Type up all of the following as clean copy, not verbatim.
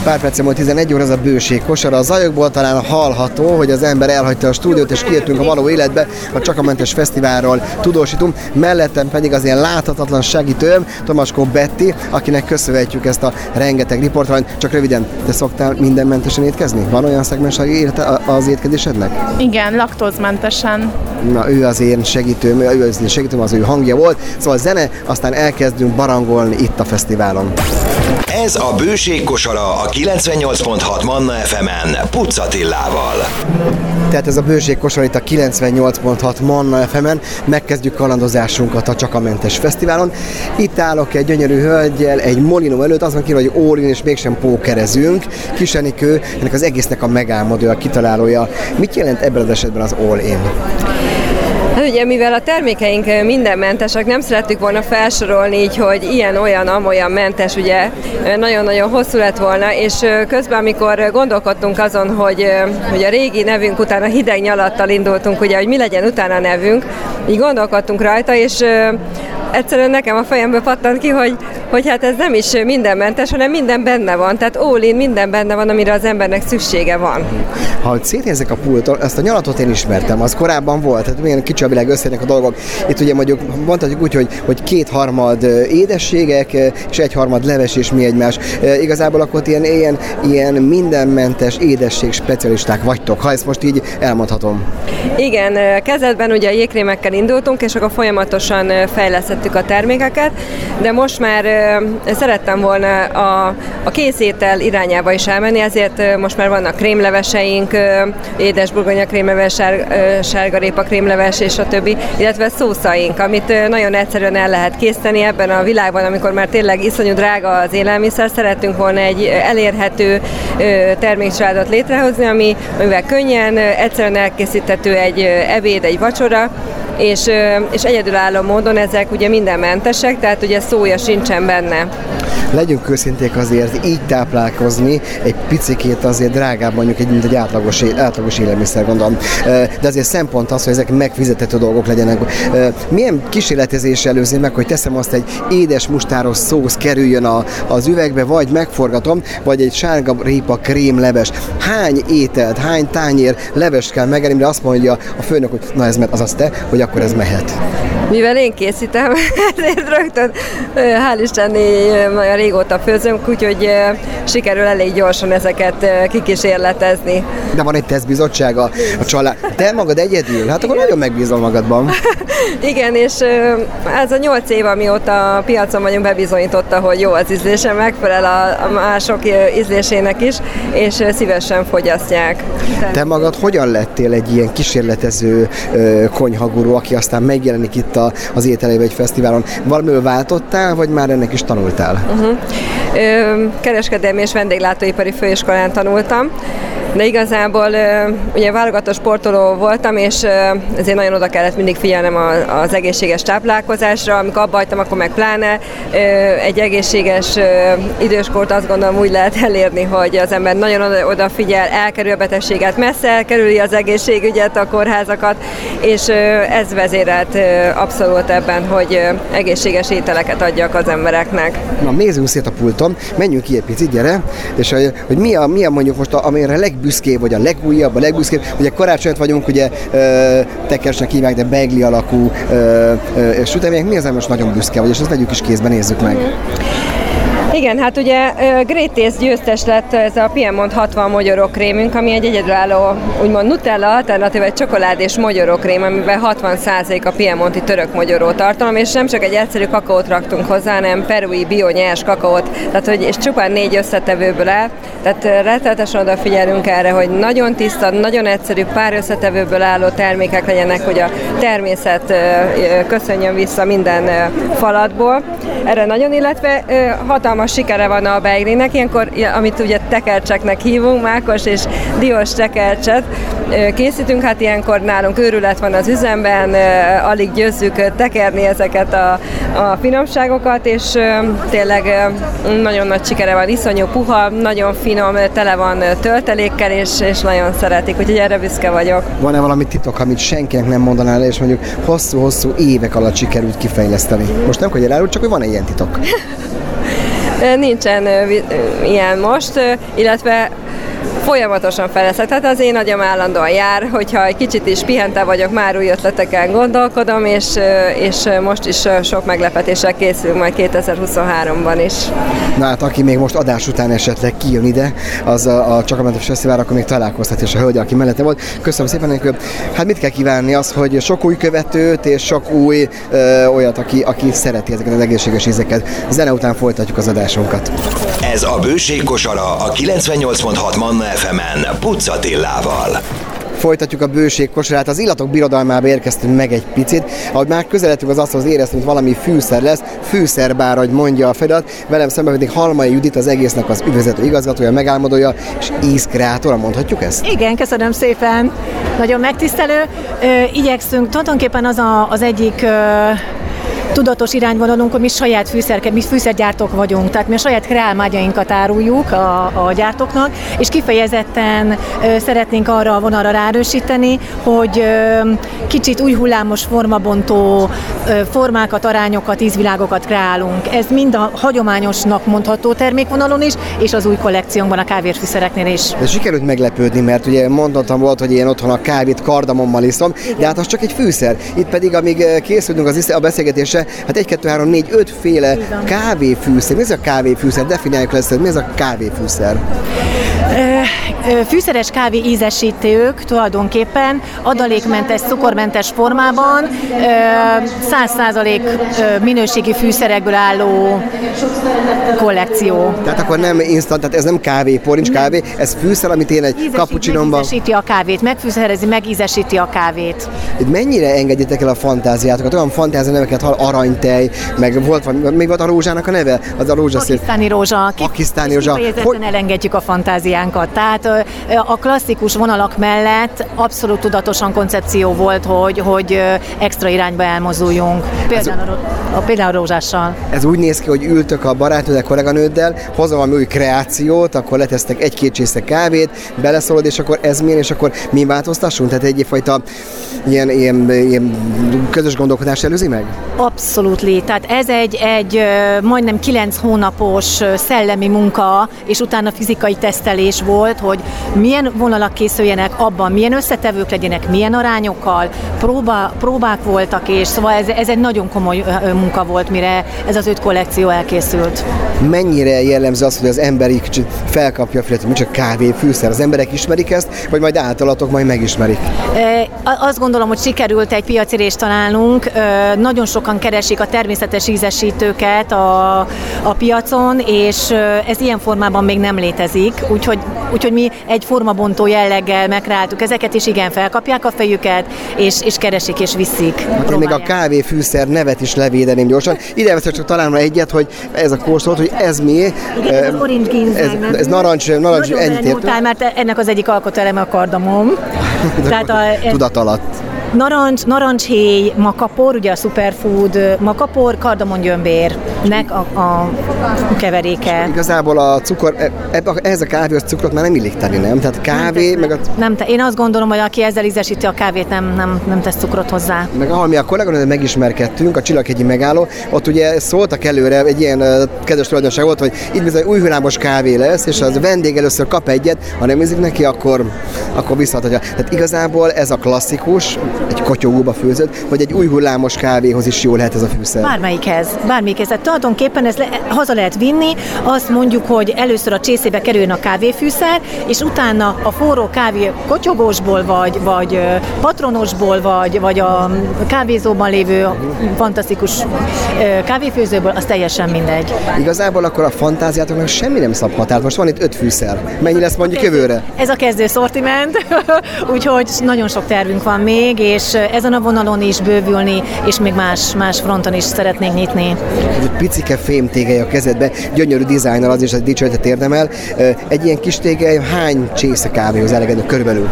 Pár perc múlva 11 óra, ez a bőség kosara. A zajokból talán hallható, hogy az ember elhagyta a stúdiót, és kijöttünk a való életbe, a Csakamentes Fesztiválról tudósítunk. Mellettem pedig az ilyen láthatatlan segítőm, Tomaskó Betty, akinek köszönhetjük ezt a rengeteg riportrányt. Csak röviden, te szoktál mindenmentesen étkezni? Van olyan szegmens az étkezésednek? Igen, laktózmentesen. Na, ő az én segítőm, az ő hangja volt. Szóval zene, aztán elkezdünk barangolni itt a fesztiválon. Ez a Bőség kosara a 98.6 Manna FM-en Pucz Attilával. Tehát ez a Bőség kosara itt a 98.6 Manna FM-en. Megkezdjük kalandozásunkat a Csakamentes Fesztiválon. Itt állok egy gyönyörű hölgyel, egy molinó előtt, az van kívül, hogy all-in és mégsem pókerezünk. Kis Enikő, ennek az egésznek a megálmodója, a kitalálója. Mit jelent ebben az esetben az all-in? Ugye, mivel a termékeink mindenmentesek, nem szerettük volna felsorolni így, hogy ilyen, olyan, amolyan mentes, ugye nagyon-nagyon hosszú lett volna, és közben, amikor gondolkodtunk azon, hogy a régi nevünk után a hideg nyalattal indultunk, ugye, hogy mi legyen utána a nevünk, így gondolkodtunk rajta, és egyszerűen nekem a fejemből pattant ki, hogy hát ez nem is mindenmentes, hanem minden benne van. Tehát all-in, minden benne van, amire az embernek szüksége van. Ha szétnézzek a pulton, ezt a nyalatot én ismertem, az korábban volt, tehát milyen kicsabileg összejönnek a dolgok. Itt ugye mondjuk mondhatjuk úgy, hogy kétharmad édességek, és egyharmad leves és mi egymás. Igazából akkor ilyen mindenmentes édesség specialisták vagytok, ha ezt most így elmondhatom. Igen, kezdetben ugye a jégkrémekkel indultunk, és akkor folyamatosan fejlesztettük a termékeket, de most már szerettem volna a készétel irányába is elmenni, ezért most már vannak krémleveseink, édesburgonya krémleves, sárgarépa krémleves és a többi, illetve szószaink, amit nagyon egyszerűen el lehet készíteni ebben a világban, amikor már tényleg iszonyú drága az élelmiszer, szerettünk volna egy elérhető termékcsaládot létrehozni, amivel könnyen, egyszerűen elkészíthető egy ebéd, egy vacsora, és egyedülálló módon ezek ugye mindenmentesek, tehát ugye szója sincsen benne. Legyünk őszinték, azért így táplálkozni egy picikét azért drágább mondjuk, mint egy átlagos élelmiszer, gondolom. De azért szempont az, hogy ezek megfizethető dolgok legyenek. Milyen kísérletezés előzi meg, hogy teszem azt, egy édes mustáros szósz kerüljön az üvegbe, vagy megforgatom, vagy egy sárga répa krémleves. Hány ételt, hány tányér leves kell megenni, mire azt mondja a főnök, hogy na ez az te, hogy akkor ez mehet. Mivel én készítem, ezért rögtön, hál' Istenni, olyan régóta főzünk, úgyhogy sikerül elég gyorsan ezeket kikísérletezni. De van egy tesztbizottság a család. Te magad egyedül? Hát akkor nagyon megbízol magadban. Igen, és ez a 8 év, amióta a piacon vagyunk, bebizonyította, hogy jó az ízlése, megfelel a mások ízlésének is, és szívesen fogyasztják. Te magad hogyan lettél egy ilyen kísérletező konyhagurú, aki aztán megjelenik itt az Ételébe egy fesztiválon? Valamiből váltottál, vagy már ennek is tanultál? Kereskedelmi és vendéglátóipari főiskolán tanultam, de igazából ugye válogatott sportoló voltam, és ezért nagyon oda kellett mindig figyelnem az egészséges táplálkozásra. Amikor abba hagytam, akkor meg pláne egy egészséges időskort azt gondolom úgy lehet elérni, hogy az ember nagyon odafigyel, elkerül a betegséget, messze elkerüli az egészségügyet, a kórházakat, és ez vezérelt abszolút ebben, hogy egészséges ételeket adjak az embereknek. Na, nézzünk szét a pulton, menjünk ki egy picit, gyere, és hogy mi a mondjuk most, amire legbüszkébb, vagy a legújabb, a legbüszkébb, ugye karácsonyt vagyunk, ugye tekersnek hívják, de beigli alakú sütemények, mi az, ami most nagyon büszke vagy, és ezt vegyük is kézbe, nézzük meg. Igen, hát ugye Great Taste győztes lett ez a Piemont 60 mogyorókrémünk, ami egy egyedülálló, úgymond Nutella alternatív, egy csokoládés mogyorókrém, amiben 60% a piemonti török mogyoró tartalom, és nem csak egy egyszerű kakaót raktunk hozzá, hanem perui bio nyers kakaót, tehát hogy és csupán 4 összetevőből áll, tehát rettenetesen odafigyelünk erre, hogy nagyon tiszta, nagyon egyszerű pár összetevőből álló termékek legyenek, hogy a természet köszönjön vissza minden falatból. Erre nagyon, illetve hatalmas sikere van a beiglinek, ilyenkor, amit ugye tekercseknek hívunk, mákos és diós tekercset készítünk, hát ilyenkor nálunk őrület van az üzemben, alig győzzük tekerni ezeket a finomságokat, és tényleg nagyon nagy sikere van, iszonyú puha, nagyon finom, tele van töltelékkel, és nagyon szeretik, úgyhogy erre büszke vagyok. Van-e valami titok, amit senkinek nem mondanál, és mondjuk hosszú-hosszú évek alatt sikerült kifejleszteni? Most nem, hogy elárul, csak hogy van-e ilyen titok? Nincsen ilyen most, illetve folyamatosan fejlesztek. Tehát az én agyam állandóan jár, hogyha egy kicsit is pihentebb vagyok, már új ötleteken gondolkodom, és most is sok meglepetéssel készülünk majd 2023-ban is. Na hát, aki még most adás után esetleg kijön ide, az a Csakamentes Fesztiválra, akkor még találkozhat, és a hölgy, aki mellette volt. Köszönöm szépen nekünk. Hát mit kell kívánni? Az, hogy sok új követőt, és sok új olyat, aki szereti ezeket az egészséges ízeket. Zene után folytatjuk az adásunkat. Ez a Bőség kosara a 98.6 Manna FM-en Pucz Attilával. Folytatjuk a Bőség kosarát. Az illatok birodalmába érkeztünk meg egy picit. Ahogy már közeledtünk az asztalhoz, éreztünk, hogy valami fűszer lesz. Fűszerbár, ahogy mondja a felirat. Velem szemben pedig Halmai Judit, az egésznek az ügyvezető igazgatója, megálmodója és ízkreátora, mondhatjuk ezt? Igen, köszönöm szépen. Nagyon megtisztelő. Igyekszünk, tulajdonképpen az egyik tudatos irányvonalunk, hogy mi saját fűszergyártók vagyunk, tehát mi a saját kreálmányainkat áruljuk a gyártóknak, és kifejezetten szeretnénk arra a vonalra ráerősíteni, hogy kicsit új hullámos formabontó formákat, arányokat, ízvilágokat kreálunk. Ez mind a hagyományosnak mondható termékvonalon is, és az új kollekciónkban, a kávérfűszereknél is. De sikerült meglepődni, mert ugye mondottam volt, hogy én otthon a kávét kardamommal iszom, de hát az csak egy fűszer. Itt pedig, amíg készültünk a beszélgetésre, hát 1, 2, 3, 4, 5 féle kávéfűszer. Mi ez a kávéfűszer? Definiáljuk le ezt, mi ez a kávéfűszer? Fűszeres kávé ízesítők tulajdonképpen adalékmentes, cukormentes formában 100% minőségi fűszerekből álló kollekció. Tehát akkor nem instant, tehát ez nem kávé, nincs kávé, ez fűszer, amit én egy kapucsinomban... Megízesíti a kávét, megfűszerezi, megízesíti a kávét. Mennyire engedjétek el a fantáziátokat? Olyan fantázia neveket hall, aranytej, meg még volt a rózsának a neve? Az a rózsaszín. Pakisztáni rózsa. Pakisztáni rózsa. Kifejezetten elengedjük a fantáziánkat. Tehát a klasszikus vonalak mellett abszolút tudatosan koncepció volt, hogy extra irányba elmozduljunk. Például a rózsással. Ez úgy néz ki, hogy ültök a barátnőddel, kolléganőddel, hozom valami új kreációt, akkor letesztek 1-2 csésze kávét, beleszólod, és akkor ez milyen, és akkor mi változtassunk? Tehát egyfajta ilyen közös gondolkodást előzi meg? Abszolút. Tehát ez egy majdnem 9 hónapos szellemi munka, és utána fizikai tesztelés volt, hogy milyen vonalak készüljenek abban, milyen összetevők legyenek, milyen arányokkal, próbák voltak, és szóval ez egy nagyon komoly munka volt, mire ez az 5 kollekció elkészült. Mennyire jellemző az, hogy az ember így felkapja a fület, hogy csak kávé, fűszer? Az emberek ismerik ezt, vagy majd általatok majd megismerik? Azt gondolom, hogy sikerült egy piacirést találnunk. Nagyon sokan keresik a természetes ízesítőket a piacon, és ez ilyen formában még nem létezik, úgyhogy mi egy formabontó jelleggel megkreáltuk ezeket, és igen, felkapják a fejüket, és keresik, és viszik. Hát én még a kávéfűszer nevet is levédeném gyorsan. Ide veszek csak talán egyet, hogy ez a kóstolt, hogy ez mi? Igen, ez orange ginseng. Ez narancs ennyit ért. Mert ennek az egyik alkotóeleme a kardamom. Tudat alatt. Narancshéj, makapor, ugye a superfood makapor, kardamongyömbérnek a keveréke. Igazából a cukor, ehhez a kávéhoz cukrot már nem illik tenni, nem? Tehát kávé, én azt gondolom, hogy aki ezzel ízesíti a kávét, nem tesz cukrot hozzá. Meg ahol mi a kolléganővel megismerkedtünk, a Csillaghegyi megálló, ott ugye szóltak előre, egy ilyen kedves tulajdonság volt, hogy itt bizony új hullámos kávé lesz, és az vendég először kap egyet, ha nem ízik neki, akkor visszaadja. Tehát igazából ez a klasszikus, egy kotyogóba főzött, vagy egy új hullámos kávéhoz is jó lehet ez a fűszer? Bármelyikhez. Tehát tulajdonképpen haza lehet vinni, azt mondjuk, hogy először a csészébe kerüljön a kávéfűszer, és utána a forró kávé kotyogósból, vagy patronosból, vagy a kávézóban lévő fantasztikus kávéfőzőből, az teljesen mindegy. Igazából akkor a fantáziátoknak semmi nem szab határt. Most van itt 5 fűszer. Mennyi lesz mondjuk jövőre? Ez a kezdő szortiment, úgyhogy nagyon sok tervünk van még, és ezen a vonalon is bővülni, és még más fronton is szeretnénk nyitni. Egy picike fémtégely a kezedbe, gyönyörű dizájnnal, az is egy dicséretet érdemel. Egy ilyen kis tégely hány csésze kávéhoz elegendő körülbelül?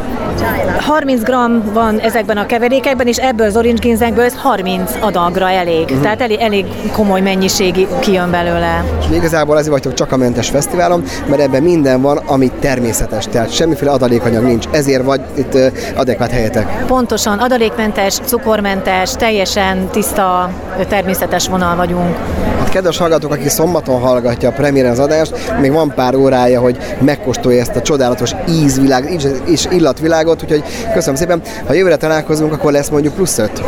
30 g van ezekben a keverékekben, és ebből az orange ginsengből 30 adagra elég. Tehát elég komoly mennyiség kijön belőle. És igazából azért vagytok Csakamentes Fesztiválon, mert ebben minden van, ami természetes, tehát semmiféle adalékanyag nincs. Ezért vagy itt adekvát helyetek. Pontosan, adalékmentes, cukormentes, teljesen tiszta, természetes vonal vagyunk. Hát Kedves hallgatók, aki szombaton hallgatja a premiéren az adást, még van pár órája, hogy megkóstolja ezt a csodálatos ízvilág és illatvilágot, úgyhogy köszönöm szépen. Ha jövőre találkozunk, akkor lesz mondjuk plusz 5.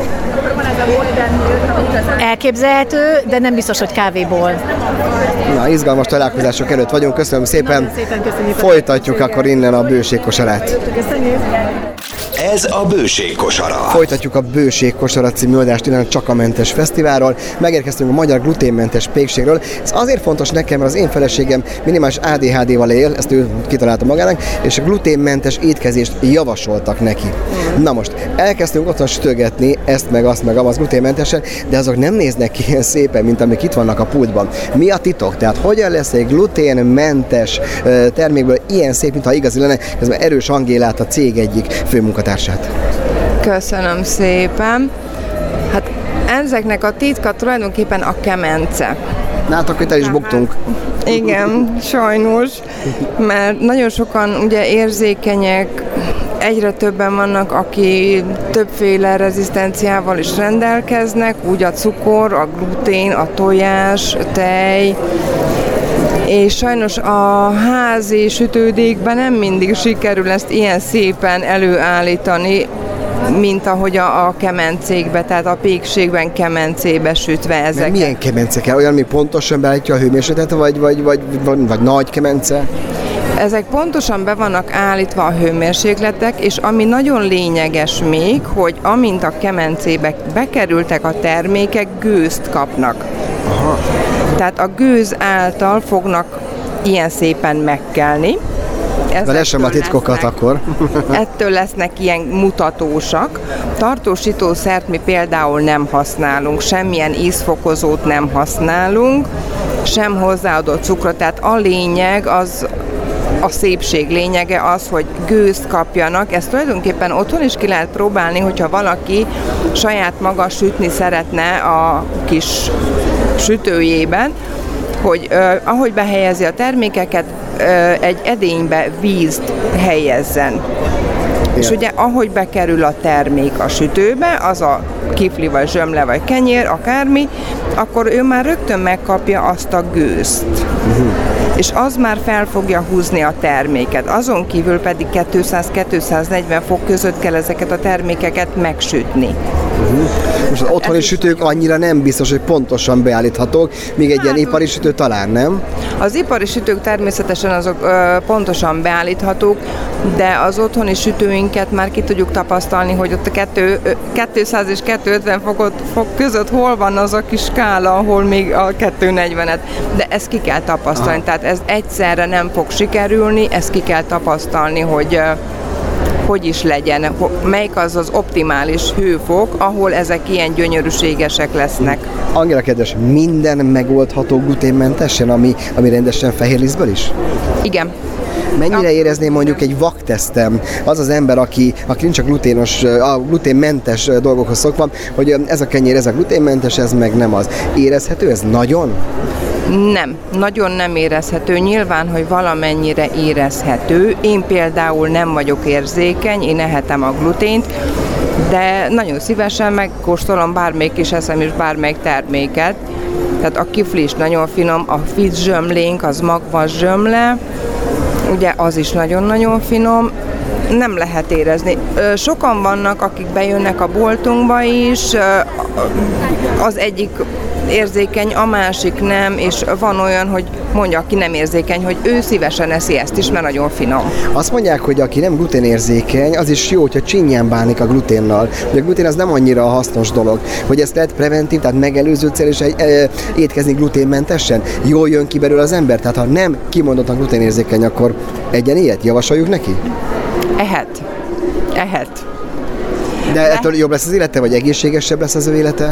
Elképzelhető, de nem biztos, hogy kávéból. Na, izgalmas találkozások előtt vagyunk, köszönöm szépen. Nagyon szépen köszönjük. Folytatjuk akkor innen a bőségkosarát. Köszönjük. Ez a Bőségkosara. Folytatjuk a Bőségkosara című adást innen a Csakamentes Fesztiválról. Megérkeztünk a magyar gluténmentes pékségről. Ez azért fontos nekem, mert az én feleségem minimális ADHD-val él, ezt ő kitalálta magának, és a gluténmentes étkezést javasoltak neki. Na most, elkezdtünk otthon sütögetni ezt meg azt meg amaz gluténmentesen, de azok nem néznek ki ilyen szépen, mint amik itt vannak a pultban. Mi a titok? Tehát hogyan lesz egy gluténmentes termékből ilyen szép, mintha igazi lenne? Ez már Erős Angélát, a cég egyik főmunkatársát. Köszönöm szépen. Hát ezeknek a titka tulajdonképpen a kemence. Hát akkor itt el is buktunk. Igen, sajnos, mert nagyon sokan ugye érzékenyek, egyre többen vannak, aki többféle rezisztenciával is rendelkeznek, úgy a cukor, a glutén, a tojás, a tej, és sajnos a házi sütődékben nem mindig sikerül ezt ilyen szépen előállítani, mint ahogy a kemencékbe, tehát a pékségben kemencébe sütve ezek. Milyen kemence kell? Olyan, ami pontosan beállítja a hőmérsékletet, vagy nagy kemence? Ezek pontosan be vannak állítva a hőmérsékletek, és ami nagyon lényeges még, hogy amint a kemencébe bekerültek a termékek, gőzt kapnak. Aha. Tehát a gőz által fognak ilyen szépen megkelni. De lesem a titkokat akkor. Ettől lesznek ilyen mutatósak. Tartósítószert mi például nem használunk, semmilyen ízfokozót nem használunk, sem hozzáadott cukrot, tehát a lényeg az, a szépség lényege az, hogy gőzt kapjanak. Ezt tulajdonképpen otthon is ki lehet próbálni, hogyha valaki saját maga sütni szeretne a kis sütőjében, hogy ahogy behelyezi a termékeket, egy edénybe vízt helyezzen. Igen. És ugye ahogy bekerül a termék a sütőbe, az a kifli, vagy zsömle, vagy kenyér, akármi, akkor ő már rögtön megkapja azt a gőzt. És az már fel fogja húzni a terméket. Azon kívül pedig 200-240 fok között kell ezeket a termékeket megsütni. Most az otthoni sütők annyira nem biztos, hogy pontosan beállíthatók, még egy ilyen ipari sütő talán nem? Az ipari sütők természetesen azok pontosan beállíthatók, de az otthoni sütőinket már ki tudjuk tapasztalni, hogy ott a 200 és 250 fok között hol van az a kis skála, ahol még a 240-et. De ezt ki kell tapasztalni, aha. Tehát ez egyszerre nem fog sikerülni, ezt ki kell tapasztalni, hogy is legyen, melyik az az optimális hőfok, ahol ezek ilyen gyönyörűségesek lesznek. Angéla kedves, minden megoldható gluténmentesen, ami rendesen fehér lisztből is? Igen. Mennyire érezném mondjuk egy vaktesztem az az ember, aki nincs a gluténmentes dolgokhoz szokva, hogy ez a kenyér, ez a gluténmentes, ez meg nem az. Érezhető ez nagyon? Nem, nagyon nem érezhető. Nyilván, hogy valamennyire érezhető. Én például nem vagyok érzékeny, én ehetem a glutént, de nagyon szívesen megkóstolom, bármelyik is eszem is bármelyik terméket. Tehát a kifli is nagyon finom, a fisz zsömlénk, az magvas zsömle, ugye az is nagyon-nagyon finom, nem lehet érezni. Sokan vannak, akik bejönnek a boltunkba is, az egyik érzékeny, a másik nem, és van olyan, hogy mondja, aki nem érzékeny, hogy ő szívesen eszi ezt is, mert nagyon finom. Azt mondják, hogy aki nem gluténérzékeny, az is jó, hogyha csinyán bánik a gluténnal. Ugye a glutén az nem annyira hasznos dolog, hogy ezt lehet preventív, tehát megelőző cél és étkezni gluténmentesen. Jól jön ki belőle az ember, tehát ha nem kimondottan gluténérzékeny, akkor egyen ilyet javasoljuk neki? Ehet. De ettől jobb lesz az élete, vagy egészségesebb lesz az ő élete?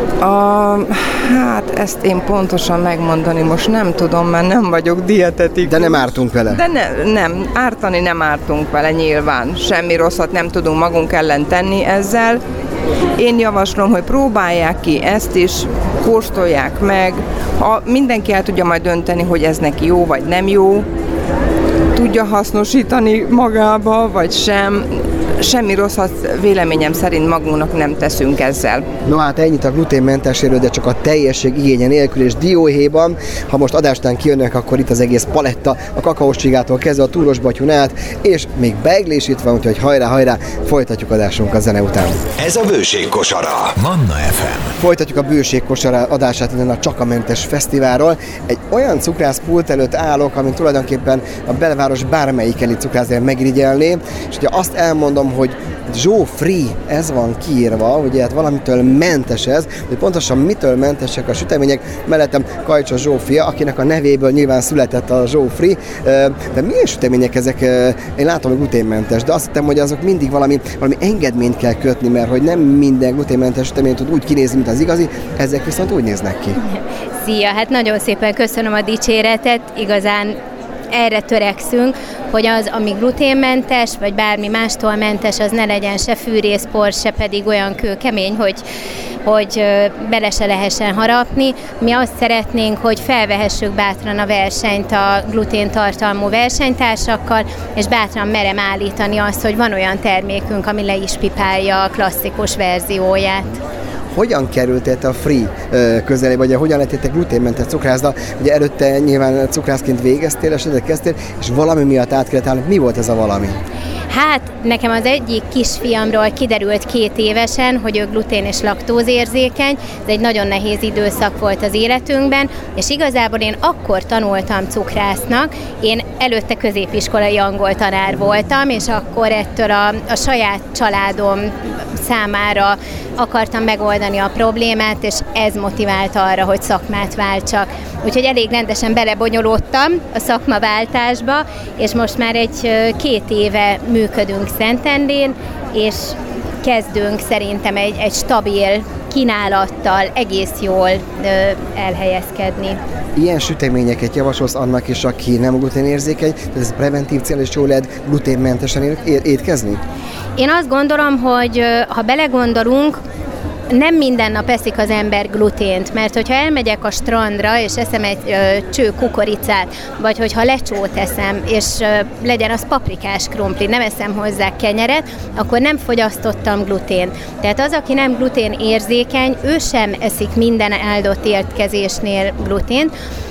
Hát ezt én pontosan megmondani most nem tudom, mert nem vagyok dietetikus. De nem ártunk vele? De nem, ártani nem ártunk vele nyilván. Semmi rosszat nem tudunk magunk ellen tenni ezzel. Én javaslom, hogy próbálják ki ezt is, kóstolják meg. Ha mindenki el tudja majd dönteni, hogy ez neki jó vagy nem jó, tudja hasznosítani magába, vagy sem. semmi rosszat véleményem szerint magunknak nem teszünk ezzel. No hát ennyit a gluténmentesről, de csak a teljesség igénye nélkül és dióhéjban. Ha most adástán kijönnek, akkor itt az egész paletta, a kakaóscsigától kezdve a túros batyun át, és még beiglis itt van, úgyhogy hajrá, folytatjuk adásunkat a zene után. Ez a Bőségkosara. Manna FM. Folytatjuk a Bőségkosara adását innen a Csakamentes Fesztiválról. Egy olyan cukrászpult előtt állok, amin tulajdonképpen a belváros bármelyik elit cukrászért megirigyelné, és ugye azt elmondom, hogy Zsó Free, ez van kiírva, ugye hát valamitől mentes ez, hogy pontosan mitől mentesek a sütemények. Mellettem Kajcsa Zsófia, akinek a nevéből nyilván született a Zsó Free, de milyen sütemények ezek? Én látom, hogy gluténmentes, de azt hittem, hogy azok mindig valami engedményt kell kötni, mert hogy nem minden gluténmentes sütemény tud úgy kinézni, mint az igazi, ezek viszont úgy néznek ki. Szia, hát nagyon szépen köszönöm a dicséretet, igazán erre törekszünk, hogy az, ami gluténmentes, vagy bármi mástól mentes, az ne legyen se fűrészpor, se pedig olyan kőkemény, hogy bele se lehessen harapni. Mi azt szeretnénk, hogy felvehessük bátran a versenyt a gluténtartalmú versenytársakkal, és bátran merem állítani azt, hogy van olyan termékünk, ami le is pipálja a klasszikus verzióját. Hogyan kerültél a Free közelébe, vagy hogyan lettél gluténmentes cukrászda? Ugye előtte nyilván cukrászként végeztél, esetleg kezdtél, és valami miatt át kellett állnod. Mi volt ez a valami? Hát nekem az egyik kisfiamról kiderült 2 évesen, hogy ő glutén és laktózérzékeny. Ez egy nagyon nehéz időszak volt az életünkben, és igazából én akkor tanultam cukrásznak. Én előtte középiskolai angol tanár voltam, és akkor ettől a saját családom számára akartam megoldani a problémát, és ez motivált arra, hogy szakmát váltsak. Úgyhogy elég rendesen belebonyolódtam a szakmaváltásba, és most már egy 2 éve működünk Szentendrén, és kezdünk szerintem egy stabil kínálattal egész jól elhelyezkedni. Ilyen süteményeket javasolsz annak is, aki nem gluténérzékeny, tehát ez preventív cél, és jól lehet gluténmentesen étkezni? Én azt gondolom, hogy ha belegondolunk, nem minden nap eszik az ember glutént, mert hogyha elmegyek a strandra, és eszem egy cső kukoricát, vagy hogyha lecsót eszem, és legyen az paprikás krumpli, nem eszem hozzá kenyeret, akkor nem fogyasztottam glutén. Tehát az, aki nem glutén érzékeny, ő sem eszik minden áldott étkezésnél glutént.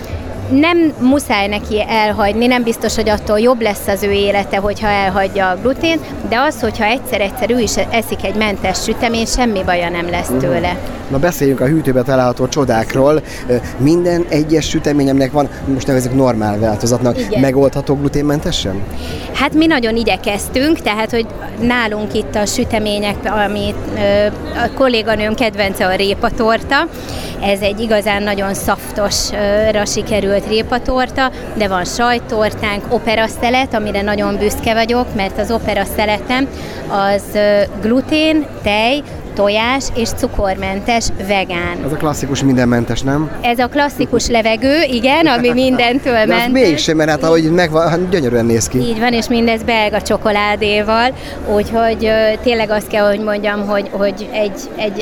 Nem muszáj neki elhagyni, nem biztos, hogy attól jobb lesz az ő élete, hogyha elhagyja a glutént, de az, hogyha egyszer ő is eszik egy mentes süteményt, semmi baja nem lesz tőle. Na beszéljünk a hűtőben található csodákról. Minden egyes süteményemnek van, most nevezzük normál változatnak, igen, megoldható gluténmentesen? Hát mi nagyon igyekeztünk, tehát hogy nálunk itt a sütemények, amit a kolléganőm kedvence a répatorta, ez egy igazán nagyon szaftosra sikerült répatorta, de van sajttortánk, operaszelet, amire nagyon büszke vagyok, mert az operaszeletem az glutén, tej, tojás és cukormentes, vegán. Ez a klasszikus mindenmentes, nem? Ez a klasszikus levegő, igen, ami mindentől mentes. De az mégsem, mert hát ahogy megvan, hát gyönyörűen néz ki. Így van, és mindez belga csokoládéval, úgyhogy tényleg azt kell, hogy mondjam, hogy egy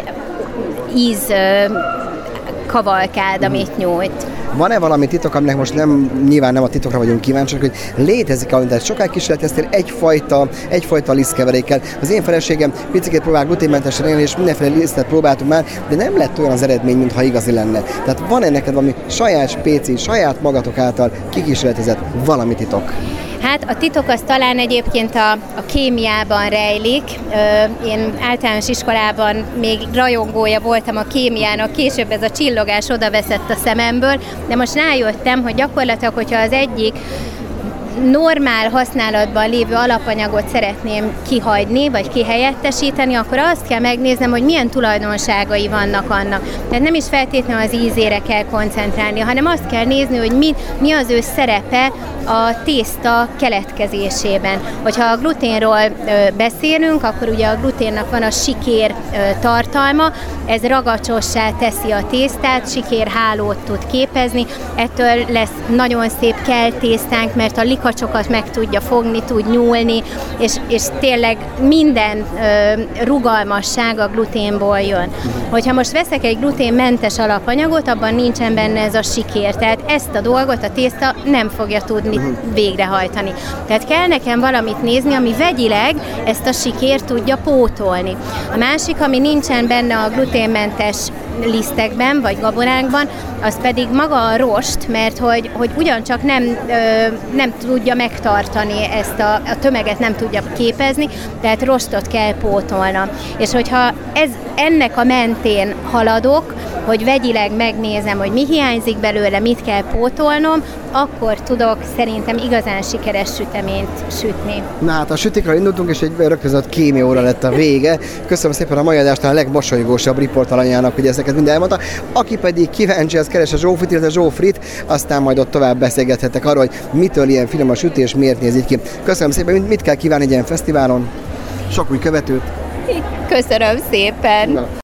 íz kavalkád, amit nyújt. Van-e valami titok, aminek most nyilván nem a titokra vagyunk kíváncsiak, hogy létezik, tehát sokáig kísérleteztél egyfajta lisztkeverékkel. Az én feleségem picikét próbál gluténmentesen élni, és mindenféle lisztet próbáltunk már, de nem lett olyan az eredmény, mintha igazi lenne. Tehát van-e neked valami saját spéci, saját magatok által kikísérletezett valami titok? Hát a titok az talán egyébként a kémiában rejlik. Én általános iskolában még rajongója voltam a kémiának, később ez a csillogás odaveszett a szememből, de most rájöttem, hogy gyakorlatilag, hogyha az egyik normál használatban lévő alapanyagot szeretném kihagyni, vagy kihelyettesíteni, akkor azt kell megnéznem, hogy milyen tulajdonságai vannak annak. Tehát nem is feltétlenül az ízére kell koncentrálni, hanem azt kell nézni, hogy mi az ő szerepe a tészta keletkezésében. Hogyha a gluténról beszélünk, akkor ugye a gluténnak van a sikér tartalma, ez ragacsossá teszi a tésztát, sikérhálót tud képezni, ettől lesz nagyon szép keltésztánk, mert a makacsokat meg tudja fogni, tud nyúlni, és tényleg minden rugalmasság a gluténból jön. Hogyha most veszek egy gluténmentes alapanyagot, abban nincsen benne ez a sikér, tehát ezt a dolgot a tészta nem fogja tudni végrehajtani. Tehát kell nekem valamit nézni, ami vegyileg ezt a sikért tudja pótolni. A másik, ami nincsen benne a gluténmentes lisztekben, vagy gaborákban, az pedig maga a rost, mert hogy ugyancsak nem tudja megtartani ezt a tömeget, nem tudja képezni, tehát rostot kell pótolnom. És hogyha ennek a mentén haladok, hogy vegyileg megnézem, hogy mi hiányzik belőle, mit kell pótolnom, akkor tudok szerintem igazán sikeres süteményt sütni. Na hát a sütikről indultunk, és egy rögtön kémióra lett a vége. Köszönöm szépen a mai adástán a legmosolygósabb riportalanyának, hogy ezeket mind elmondta. Aki pedig kíváncsi, az keres a Zsófit, illetve Zsófrit, aztán majd ott tovább beszélgethettek arról, hogy mitől ilyen finom a sütés, miért néz így ki. Köszönöm szépen, mit kell kívánni egy ilyen fesztiválon? Sok új követőt. Köszönöm szépen. Na.